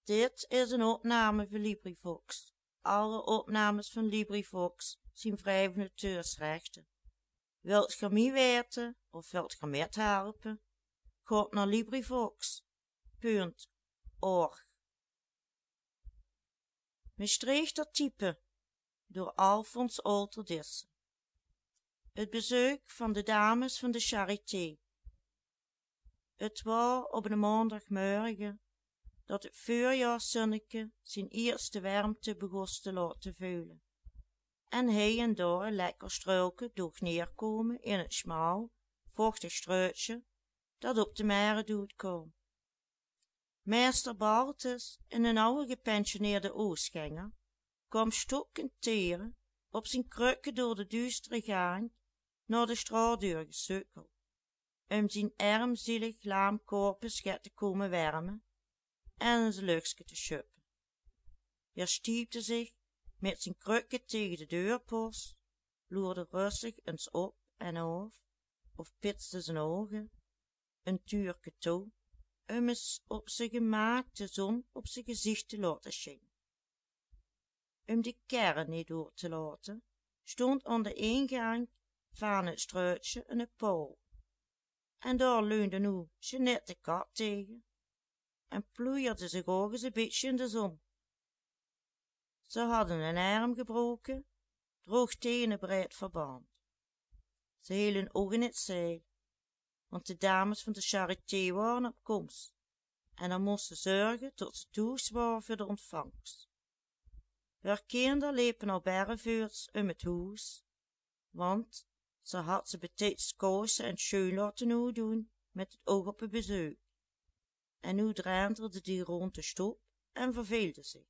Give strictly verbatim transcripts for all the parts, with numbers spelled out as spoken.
Dit is een opname van LibriVox. Alle opnames van LibriVox zijn vrij van auteursrechten. Wilt ge mij weten of wilt ge met helpen? Ga naar LibriVox punt org. Maastrichter type door Alfons Olterdisse. Het bezoek van de dames van de Charité. Het was op een maandagmorgen dat het voorjaarszonneke zijn eerste warmte begon te laten voelen en hij en daar lekker struiken doog neerkomen in het smal, vochtig struitje dat op de mare doet kwam. Meester Baltus, in een oude gepensioneerde oostganger, kwam stokkend teren op zijn krukken door de duistere gang naar de straatdeur gesukkeld, om zijn armzielig laam korpsje te komen warmen en zijn luchtske te schuppen. Hij stiepte zich met zijn krukken tegen de deurpost, loerde rustig eens op en af, of pitste zijn ogen, een tuurke toe, om eens op zijn gemaakt de zon op zijn gezicht te laten schijnen. Om de kern niet door te laten, stond aan de ingang van het struitje een paal, en daar leunde nu Jeannette de kat tegen en ploeierde zich ook eens een beetje in de zon. Ze hadden een arm gebroken, droog tenenbreed verband. Ze hielden ook in het zeil, want de dames van de Charité waren op komst en dan moesten zorgen tot ze thuis waren voor de ontvangst. Haar kinderen liepen al berrevuurs om het huis, want ze had ze betijds kousen en schoon laten uitdoen met het oog op het bezoek. En nu drentelde die rond de stoep en verveelde zich.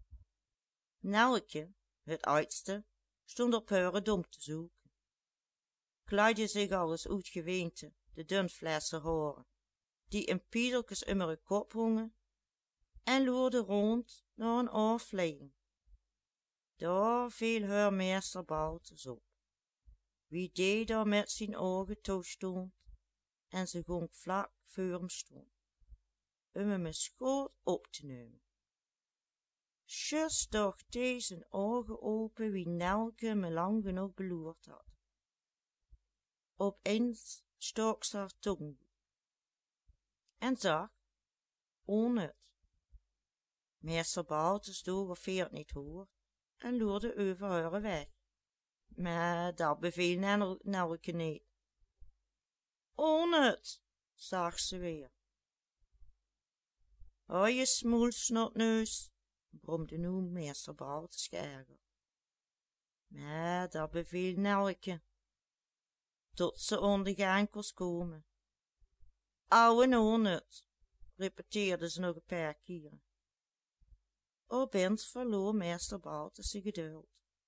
Nelke, het oudste, stond op hare dom te zoeken, kleidde zich alles uit geweente de dunflessen haren, die in piedeltjes om haar kop hongen, en loerde rond naar een afleiding. Daar viel haar meester Baltus op, wie die daar met zijn ogen toe stond, en ze ging vlak voor hem stond, om hem eens goed op te nemen. Just dacht hij zijn ogen open wie Nelke hem lang genoeg beloerd had. Opeens stak ze haar tong en zag, onnut. Meester Baltus doog of hij het niet hoort en loerde over haar weg, maar dat beviel Nelke niet. Onnut, zag ze weer. O je smoelsnotneus, bromde nu meester Baltus geërgerd. Maar dat beviel Nelke, tot ze aan de gankels komen. Ouwe onnut, repeteerde ze nog een paar keren. Opeens verloor meester Baltus zijn geduld.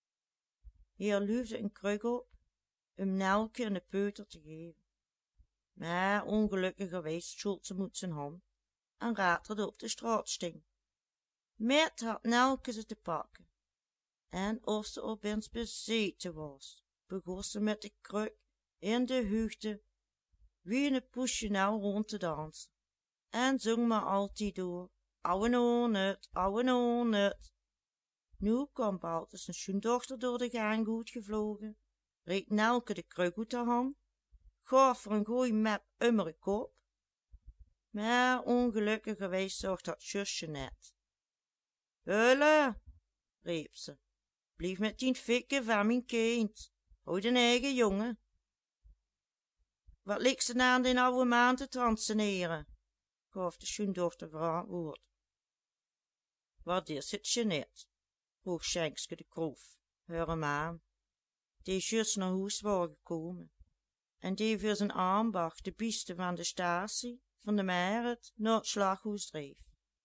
Hij luwde een kruk op, om Nelke een peuter te geven. Maar ongelukkigerwijs schold ze met zijn hand en ratelde op de straatsteen. Met had Nelke ze te pakken, en of ze opeens bezeten was, begon ze met de kruk in de hoogte wie een poesje nou rond te dansen, en zong maar altijd door, ouwe onnut, ouwe onnut. Nu kwam Baltus zijn schoendochter door de gang goed gevlogen, reed Nelke de kruk uit haar hand, gaf er een gooi mep om haar kop, maar ongelukkigerwijs zag dat zusje net. Hulle, riep ze, blijf met die fikken van mijn kind, hou den eigen jongen. Wat ligt ze na den oude maan te transeneren, gaf de schoendochter verantwoord. Wat is het, Jeannette? vroeg Schenkske de kroef, haar hem aan, die just naar huis was gekomen, en die voor zijn ambacht de biesten van de statie van de Merit naar het slaghuis dreef.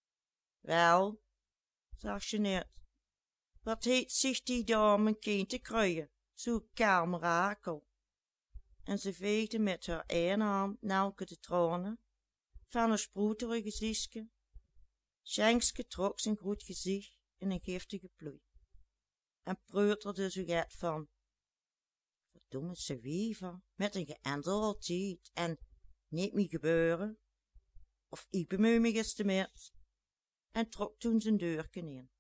Wel, zag Jeannette, wat heet zich die daar mijn kind te kruien, zo'n kaal mirakel. En ze veegde met haar ene hand Nelke de tranen van haar sproetere gezichtje. Schenkske trok zijn goed gezicht in een giftige ploei en preuterde zo get van, verdomme ze wever, met een geëndel altijd, en niet meer gebeuren, of ik bemoei me eens te met. en trok toen zijn deurken in,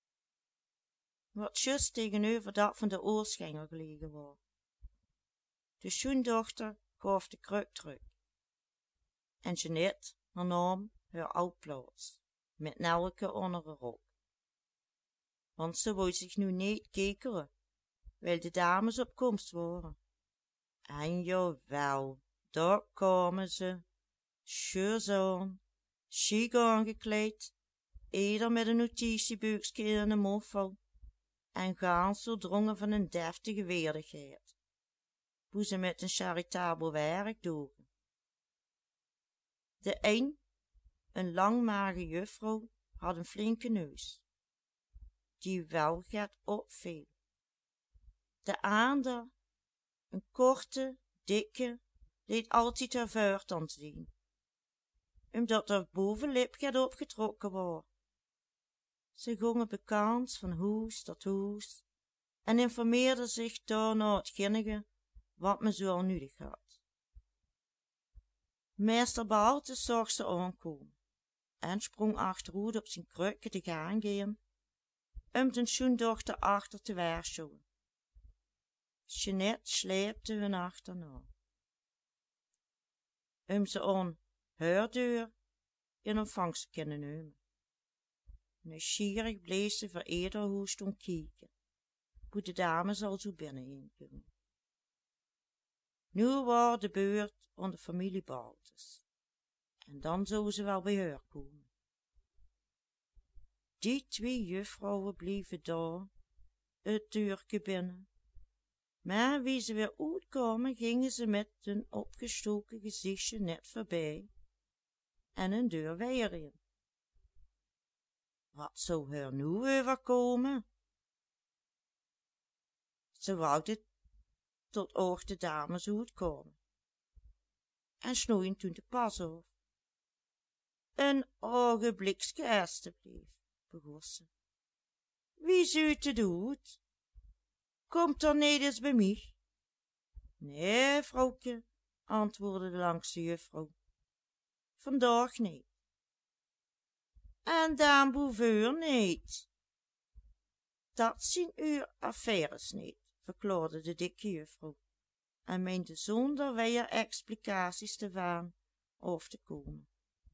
wat just tegenover dat van de oorschijnger gelegen was. De schoendochter gaf de kruk terug en Jeanette hernam haar oude plaats met Nelke onder haar rok, want ze wou zich nu niet kekeren, wijl de dames op komst waren. En jawel, daar kwamen ze, scheurs aan, chic aangekleed, ieder met een notitiebuikje in een moffel, en gaans doordrongen van een deftige waardigheid, hoe ze met een charitabel werk dogen. De een, een langmage juffrouw, had een flinke neus, die wel gaat opviel. De ander, een korte, dikke, deed altijd haar vuurtand zien, omdat haar bovenlip gaat opgetrokken was. Ze gingen bekend van huis tot huis en informeerden zich daarna hetgennige wat men zo al nodig had. Meester Baltus zag ze aankomen en sprong achteruit op zijn krukken te gaan gaan, om zijn schoendochter achter te waarschuwen. Jeanette sleepte hun achterna, om ze aan haar deur in ontvangst te kunnen nemen. Nieuwsgierig bleef ze voor ieder huis stond kijken, hoe de dames al zo binnenheen gingen. Nu was de beurt aan de familie Baltus, en dan zou ze wel bij haar komen. Die twee juffrouwen bleven daar, het deurke binnen, maar wie ze weer uitkwamen, gingen ze met hun opgestoken gezichtje net voorbij en een deur weer in. Wat zou haar nu overkomen? Ze wachtte tot ook de dames uitkwamen en snoeien toen de pas af. Een ogenblikske alstublieft, begon ze. Wie is u te doet? Komt er niet eens bij mij? Nee, vrouwtje, antwoordde de langste juffrouw. Vandaag niet. En dan boven niet. Dat zien uw affaires niet, verklaarde de dikke juffrouw, en meende zonder weer explicaties te vaan of te komen.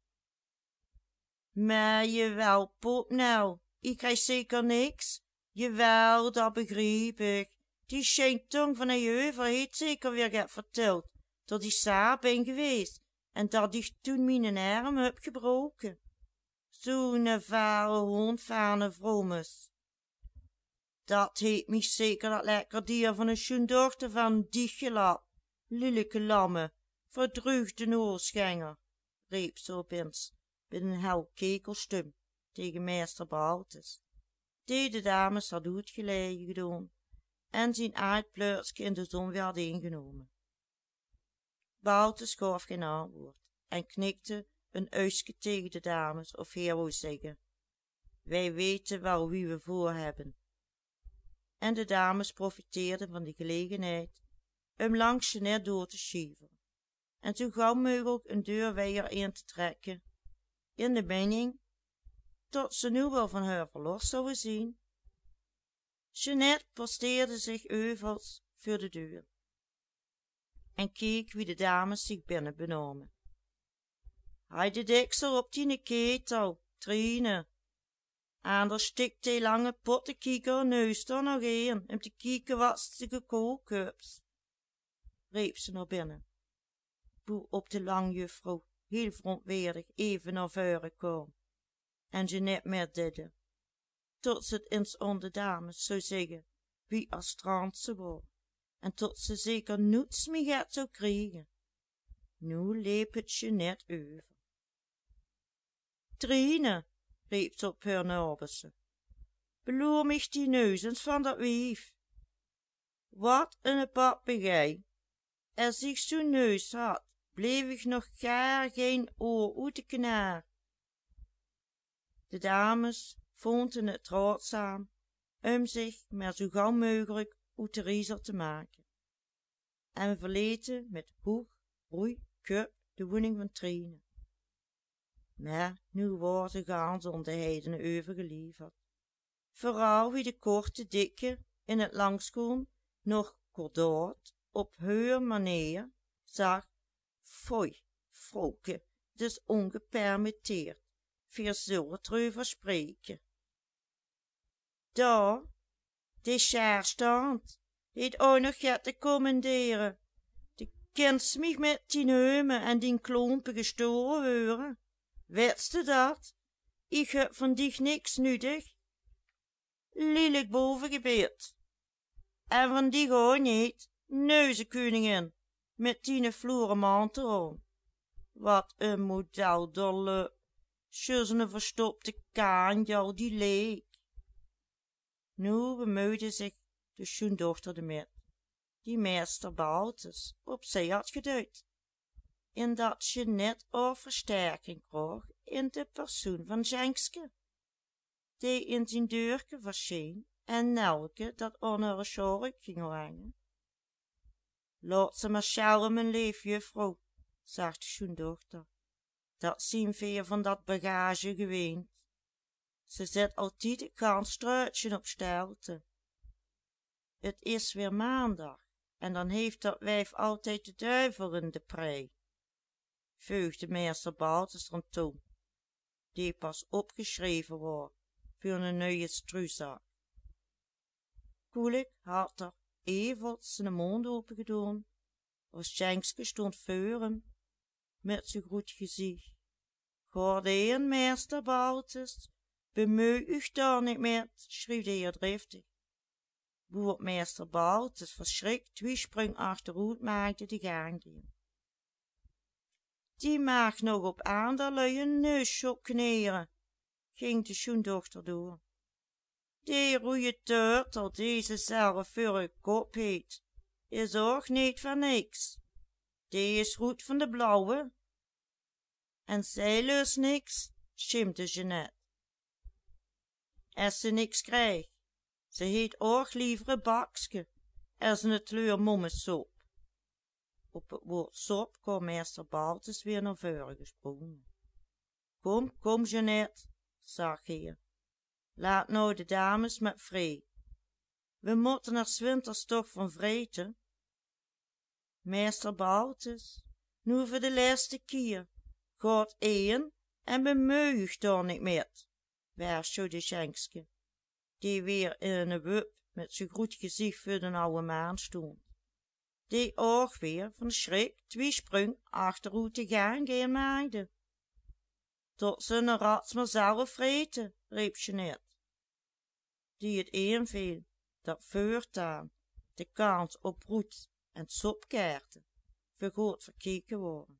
Maar jawel, pop nou, ik krijg zeker niks. Jawel, dat begreep ik. Die scheentong van een juffrouw heeft zeker weer get verteld dat die saap ben geweest en dat ik toen mijn arm heb gebroken. Zo'n vale hond van een vrommes. Dat heet mij zeker dat lekker dier van een schoendochter van die gelap, lelijke lamme, verdruugde oorschijnger, riep ze opeens met een hel kekelstem tegen meester Baltus, die de dames had uitgelegen gedaan en zijn aardpleurtje in de zon weer had ingenomen. Baltus gaf geen antwoord en knikte een uisje tegen de dames of hij wou zeggen, wij weten wel wie we voor hebben. En de dames profiteerden van die gelegenheid om langs Jeanette door te schieveren en zo gauw mogelijk een deur weer in te trekken, in de mening dat ze nu wel van haar verlost zouden zien. Jeanette posteerde zich euvels voor de deur en keek wie de dames zich binnen benamen. Hij de deksel op die ketel, Trine, en daar stikt die lange pottenkieker neus er nog in, om te kieken wat ze gekookt hebt, riep ze naar binnen, hoe op de langjuffrouw heel verontwaardig even naar voren kwam en Jeanette met didde, tot ze het eens aan de dames zou zeggen wie als strand ze was en tot ze zeker niets meer zou krijgen. Nu leep het Jeanette over. Trine, riep ze op haar naberse, beloor mich die neus eens van dat wijf. Wat een papegei, als ik zo'n neus had, bleef ik nog gaar geen oor uit de knaar. De dames vonden het raadzaam om zich maar zo gauw mogelijk uit de riezel te maken en verlieten met hoeg, roei, kup de woning van Trine. Maar nu worden gans om de heidenen overgeleverd. Vooral wie de korte, dikke in het langschoen nog kordaat op heur manier zag, foei, vrouwke, dus ongepermitteerd, vier zullen erover spreken. Daar, die schaarstand, heeft ook nog get te commanderen. De kent mich met die heumen en die klompen gestoren horen. Wetste dat? Ik heb van dich niks nuttig. Lelijk bovengebeeld. En van die ook niet, neuzenkoningin, met die vloeren mantel aan. Wat een model dolle, zoals een verstopte kaanjal die leek. Nu bemoeide zich de schoendochter ermee, die meester Baltus op zij had geduid, en dat je net of versterking kreeg in de persoon van Jenkske, die in zijn deurke verscheen en Nelke dat onder haar schork ging hangen. Laat ze maar sjouwen, mijn lief juffrouw, zegt de schoendochter, dat zien veer van dat bagage geweend. Ze zet altijd het gans struitje op stelte. Het is weer maandag, en dan heeft dat wijf altijd de duivel in de prei, voegde meester Baltus er toe, die pas opgeschreven wordt voor een nieuwe struizak. Koelijk had er even zijn mond opengedaan, als Jenkske stond voor hem, met zijn goed gezicht. Gordijn, meester Baltus, bemoei u daar niet met, schreef de heer driftig. Boermeester Baltus verschrikt twee sprong achteruit maakte de gang ging. Die mag nog op aanderlui een neusje kneren, ging de schoendochter door. Die roeie turtel die ze zelf voor uw kop heet, is ook niet van niks. Die is goed van de blauwe. En zij lust niks, schimpte Jeannette. Als ze niks krijgt, ze heet ook liever een bakske, als een kleur mommesop. Op het woord sop kwam meester Baltus weer naar voren gesprongen. Kom, kom, Jeannette, zag hij, laat nou de dames met vrij. We moeten er 's winters toch van vreten. Meester Baltus, nu voor de laatste keer, gaat een en bemoeig daar niet met, waarschuwde Jenkske, die weer in een wup met zijn goed gezicht voor de oude maan stond, die ook weer van schrik twee sprong achteruit te gaan geen maakte. Tot ze een rats maar zelf vreten, riep Jeannette, die het inviel dat voortaan de kans op broed en sopkaarten vergoed verkeken worden.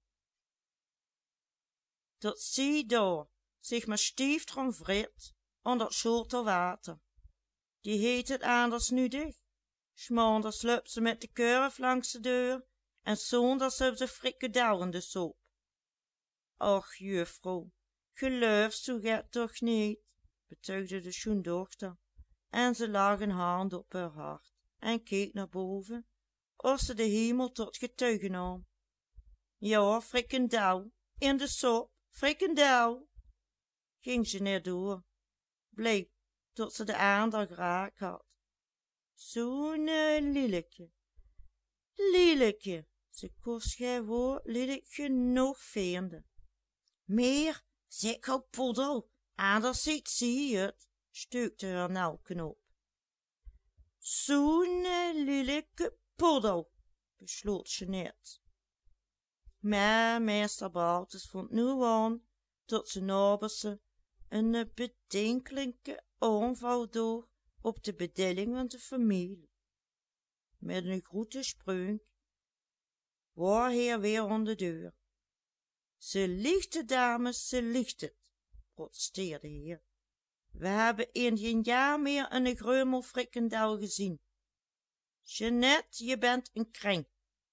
Dat zie daar zich maar stief erom vrit onder het schotel water. Die heet het anders nu dicht. Schmaanders loopt ze met de kurf langs de deur en zondags hebben ze frikandel in de soep. Och, juffrouw, geloof zo gaat toch niet, betuigde de schoendochter, en ze lag een hand op haar hart en keek naar boven, of ze de hemel tot getuige nam. Ja, frikandel, in de sop, frikandel, ging ze neer door, bleef tot ze de aandacht raak had. Zo'n lelijke, lelijke, ze kost gij woord lelijk genoeg vinden. Meer, zeg al poddel, anders ziet zie je het, steukte haar Nelke op. Zo'n lelijke poddel, besloot Jeannette. Maar meester Baltus vond nu aan dat ze naberse een bedenkelijke aanval door op de bedeling van de familie. Met een groete sprong was hij weer aan de deur. Ze liegt het, dames, ze liegt het, protesteerde de heer. We hebben in geen jaar meer een grummel frikandel gezien. Jeannette, je bent een kreng.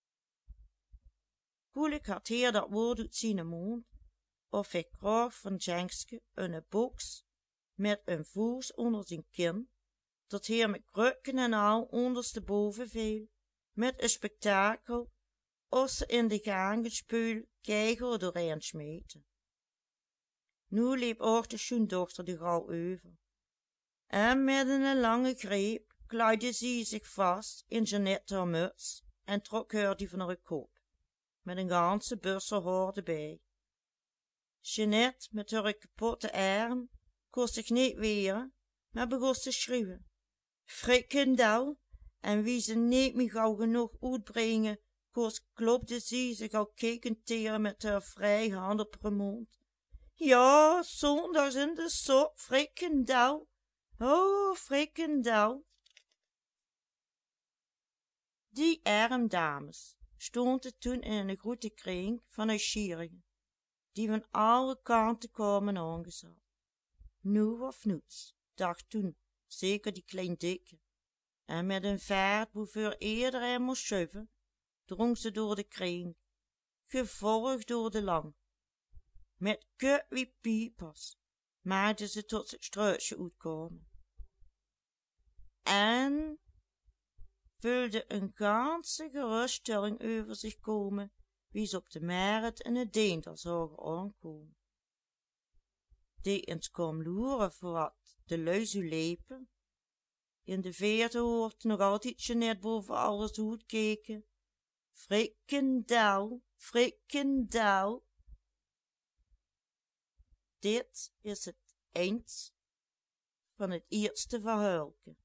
Koelijk had heer dat woord uit zijn mond, of hij kreeg van Jenkske een box met een voes onder zijn kin, dat heer met krukken en al ondersteboven viel, met een spektakel, of ze in de gangenspul kegel doorheen smeten. Nu liep ook de schoendochter de gauw over. En met een lange greep kleidde ze zich vast in Jeanette haar muts en trok haar die van haar kop, met een ganse bussel haar erbij. Jeanette met haar kapotte arm kon zich niet weren, maar begon te schreeuwen. Frikandel, en wie ze niet meer gauw genoeg uitbrengen, koos klopte ze zich al kijkend tegen met haar vrije hand op haar mond. Ja, zondags in de sop, frikandel, oh, frikandel. Die arme dames stonden toen in een grote kring van nieuwsgierigen, die van alle kanten kwamen aangezet. Nu of niets, dacht toen zeker die klein dikke, en met een vaart waarvoor iedereen moest schuiven, drong ze door de kring, gevolgd door de lang. Met kut wie piepers maakte ze tot het struisje uitkomen. En voelde een ganse geruststelling over zich komen, wie ze op de markt in het Deender zagen aankomen. Die eens kwam loeren voor wat de lui zou lepen. In de veerte hoort nog altijd Jeanette boven alles uitkeken. Frikandel, frikandel. Dit is het eind van het eerste verhaaltje.